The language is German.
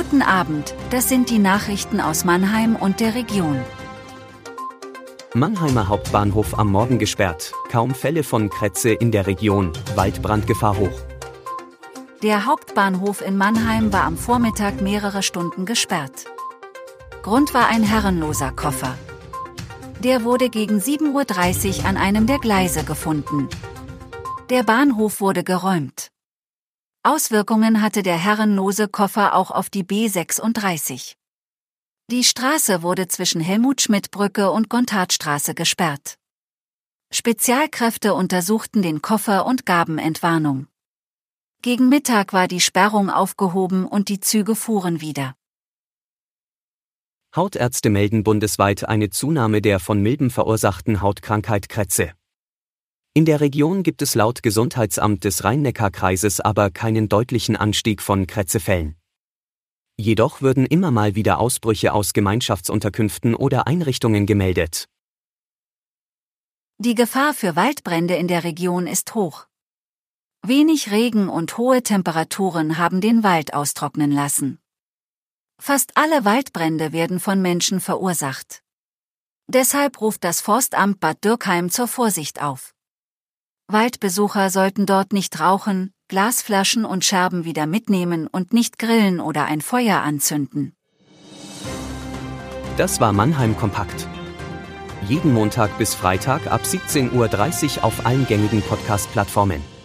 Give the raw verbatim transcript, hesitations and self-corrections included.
Guten Abend, das sind die Nachrichten aus Mannheim und der Region. Mannheimer Hauptbahnhof am Morgen gesperrt, kaum Fälle von Krätze in der Region, Waldbrandgefahr hoch. Der Hauptbahnhof in Mannheim war am Vormittag mehrere Stunden gesperrt. Grund war ein herrenloser Koffer. Der wurde gegen sieben Uhr dreißig an einem der Gleise gefunden. Der Bahnhof wurde geräumt. Auswirkungen hatte der herrenlose Koffer auch auf die B sechsunddreißig. Die Straße wurde zwischen Helmut-Schmidt-Brücke und Gontardstraße gesperrt. Spezialkräfte untersuchten den Koffer und gaben Entwarnung. Gegen Mittag war die Sperrung aufgehoben und die Züge fuhren wieder. Hautärzte melden bundesweit eine Zunahme der von Milben verursachten Hautkrankheit Krätze. In der Region gibt es laut Gesundheitsamt des Rhein-Neckar-Kreises aber keinen deutlichen Anstieg von Krätzefällen. Jedoch würden immer mal wieder Ausbrüche aus Gemeinschaftsunterkünften oder Einrichtungen gemeldet. Die Gefahr für Waldbrände in der Region ist hoch. Wenig Regen und hohe Temperaturen haben den Wald austrocknen lassen. Fast alle Waldbrände werden von Menschen verursacht. Deshalb ruft das Forstamt Bad Dürkheim zur Vorsicht auf. Waldbesucher sollten dort nicht rauchen, Glasflaschen und Scherben wieder mitnehmen und nicht grillen oder ein Feuer anzünden. Das war Mannheim Kompakt. Jeden Montag bis Freitag ab siebzehn Uhr dreißig auf allen gängigen Podcast-Plattformen.